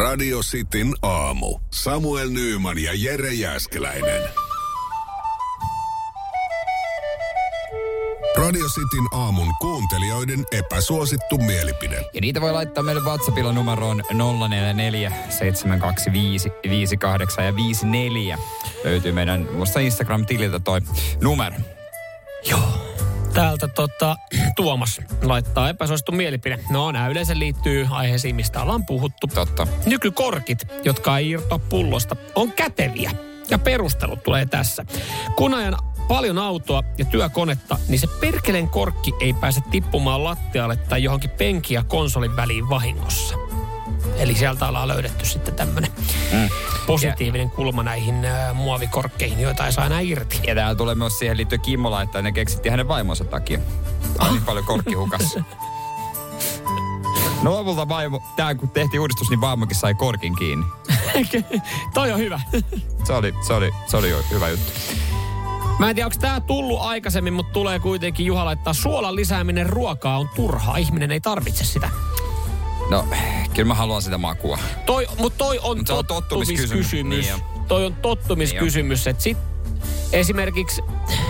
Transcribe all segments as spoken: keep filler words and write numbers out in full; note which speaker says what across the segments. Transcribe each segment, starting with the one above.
Speaker 1: Radio Cityn aamu. Samuel Nyyman ja Jere Jääskeläinen. Radio Cityn aamun kuuntelijoiden epäsuosittu mielipide.
Speaker 2: Ja niitä voi laittaa meille WhatsAppilla numeroon nolla neljä neljä seitsemän kaksi viisi viisi kahdeksan ja viisi neljä. Löytyy meidän musta Instagram-tililtä toi numero.
Speaker 3: Joo. Täältä tota, Tuomas laittaa epäsuosittu mielipide. No, nämä yleensä liittyy aiheisiin, mistä ollaan puhuttu.
Speaker 2: Totta.
Speaker 3: Nykykorkit, jotka ei irtoa pullosta, on käteviä. Ja perustelut tulee tässä. Kun ajan paljon autoa ja työkonetta, niin se perkeleen korkki ei pääse tippumaan lattialle tai johonkin penkin ja konsolin väliin vahingossa. Eli sieltä ollaan löydetty sitten tämmöinen mm. positiivinen ja kulma näihin äh, muovikorkkeihin, joita ei saa enää irti.
Speaker 2: Ja täällä tulee myös siihen liittyen Kimmo laittaa, ne keksittiin hänen vaimonsa takia. On niin paljon korkkihukassa. No lopulta vaimo, tää kun tehtiin uudistus, niin vaimokin sai korkin kiinni.
Speaker 3: Toi on hyvä.
Speaker 2: se, oli, se, oli, se oli jo hyvä juttu.
Speaker 3: Mä en tiedä, onko tää tullut aikaisemmin, mutta tulee kuitenkin Juha laittaa suolan lisääminen ruokaa on turhaa. Ihminen ei tarvitse sitä.
Speaker 2: No, kyllä mä haluan sitä makua.
Speaker 3: Toi, mutta toi on,
Speaker 2: Mut on
Speaker 3: tottumiskysymys.
Speaker 2: Niin
Speaker 3: toi on tottumiskysymys, että sit esimerkiksi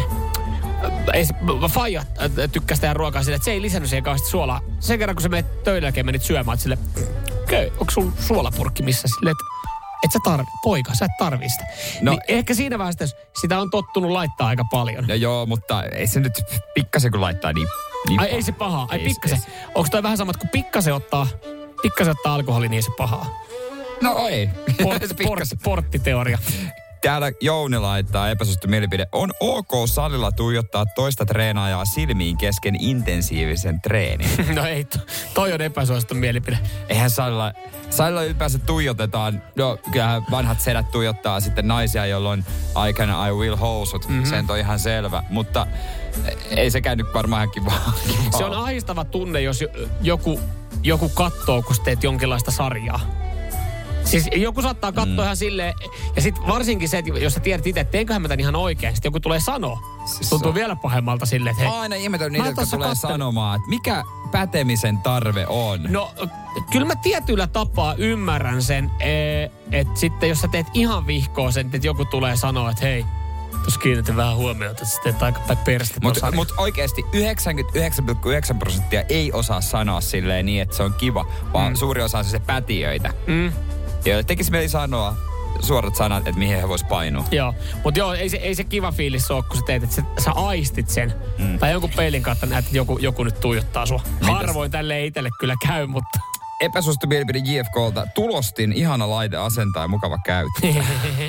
Speaker 3: faija tykkäsi tehdä ruokaa sille, että se ei lisännyt siihen kauheasti suolaa. Sen kerran, kun sä menet töiden jälkeen menit syömään, että sille, okei, okay, onko sun suolapurkki missä? Silleen, että et sä tarvi, poika, sä et tarvii sitä. No, niin ehkä siinä vaiheessa sitä on tottunut laittaa aika paljon.
Speaker 2: No joo, mutta ei se nyt pikkasen kun laittaa niin, niin
Speaker 3: Ai paha. Ei se pahaa, ai ei, pikkasen. Ei. Onko toi vähän sama, että kun pikkasen ottaa, pikkasen ottaa alkoholi, niin ei se pahaa?
Speaker 2: No ei.
Speaker 3: Port, port, porttiteoria.
Speaker 2: Täällä Jouni laittaa epäsuosittu mielipide. On ok salilla tuijottaa toista treenaajaa silmiin kesken intensiivisen treenin.
Speaker 3: No ei, to, toi on epäsuosittu mielipide.
Speaker 2: Eihän salilla, salilla ylipäänsä tuijotetaan. No kyllähän vanhat sedät tuijottaa sitten naisia, jolloin I can, I will housut. Mm-hmm. Se on ihan selvä. Mutta ei sekään nyt varmaan ihan kivaa.
Speaker 3: Se on ahistava tunne, jos joku, joku katsoo, kun teet jonkinlaista sarjaa. Siis joku saattaa katsoa mm. ihan silleen, ja sitten varsinkin se, että jos sä tiedät itse, että teenköhän mä tämän ihan oikein, sitten joku tulee sanoa. Siis tuntuu on vielä pahemmalta silleen, että hei.
Speaker 2: Aina ihmetön niitä, jotka tulee kattelin. sanomaan, että mikä pätemisen tarve on.
Speaker 3: No, kyllä mä tietyllä tapaa ymmärrän sen, että sitten jos sä teet ihan vihkoa sen, että joku tulee sanoa, että hei, tuossa kiinnitin vähän huomiota, että sä teet aika päin perstä.
Speaker 2: Mutta mut oikeasti yhdeksänkymmentäyhdeksän pilkku yhdeksän prosenttia ei osaa sanoa silleen niin, että se on kiva, vaan mm. suuri osa on se pätiöitä. Mm. Ja tekisi mieli sanoa suorat sanat, että mihin he vois painua. Joo,
Speaker 3: mutta joo, ei se, ei se kiva fiilis ole, kun sä teet, että sä, sä aistit sen. Mm. Tai jonkun peilin kautta näet, että joku, joku nyt tuijottaa sua. Mitäs? Harvoin tälleen itselle kyllä käy, mutta...
Speaker 2: Epäsuosittu mielipide J F K:lta. Tulostin, ihana laite asentaa ja mukava käyttää.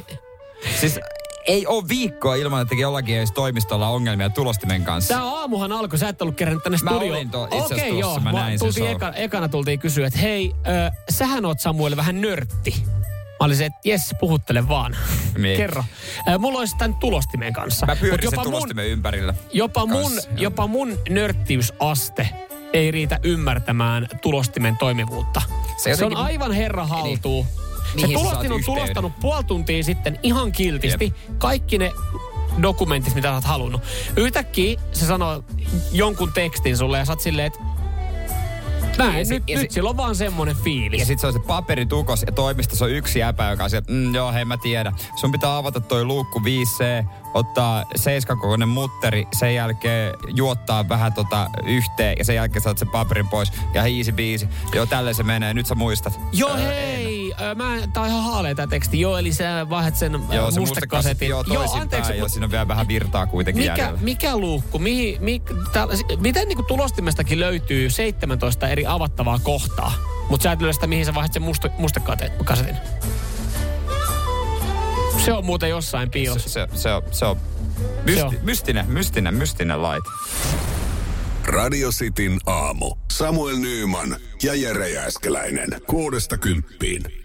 Speaker 2: Siis ei ole viikkoa ilman, että jollakin olisi toimistolla ongelmia tulostimen kanssa.
Speaker 3: Tää aamuhan alkoi, sä et ollut kerännyt tänne studioon.
Speaker 2: Mä olin to, itse asiassa okay, tuossa, mä näin
Speaker 3: tultiin sen eka, ekana tultiin kysyä, että hei, äh, sähän oot Samuel vähän nörtti. Mä olisin, että jes, puhuttele vaan. Niin. Kerro. Äh, mulla olisi tämän tulostimen kanssa.
Speaker 2: Mä pyörin sen tulostimen mun, ympärillä.
Speaker 3: Jopa mun, jopa mun nörttiysaste ei riitä ymmärtämään tulostimen toimivuutta. Se, jotenkin, se on aivan herra haltuu. Niin. Se tulostin on tulostanut puoli tuntia sitten ihan kiltisti. Jep. Kaikki ne dokumentit, mitä sä oot halunnut. Yhtäkkiä se sanoo jonkun tekstin sulle ja sä oot silleen, että näin, ja nyt, sit, nyt sillä on vaan semmonen fiilis.
Speaker 2: Ja sit se on se paperitukos ja toimistossa on yksi jäpä, joka on se, että mm, joo, hei mä tiedän. Sun pitää avata toi luukku viisi C, ottaa seiskakokoinen mutteri, sen jälkeen juottaa vähän tota yhteen ja sen jälkeen saat sen paperin pois. Ja easy biisi. Joo, tälleen se menee. Nyt sä muistat.
Speaker 3: Joo, öö, hei. Öö, mä, tää on ihan haalea tää teksti. Joo, eli sä vaihdat sen joo, se mustekasetin.
Speaker 2: Joo, toisinpäin. Joo, siinä on vielä vähän virtaa kuitenkin
Speaker 3: mikä,
Speaker 2: jäljellä.
Speaker 3: Mikä luukku? Mihin, mi, tää, miten niinku tulostimestakin löytyy seitsemäntoista eri avattavaa kohtaa? Mutta sä et löydä sitä, mihin sä vaihdat sen mustekasetin. Se on muuten jossain piilossa.
Speaker 2: Se, se, se on, se on mysti, se on. mystinen, mystinen, mystinen laite.
Speaker 1: Radio Cityn aamu. Samuel Nyyman ja Jere Jääskeläinen. Kuudesta kymppiin.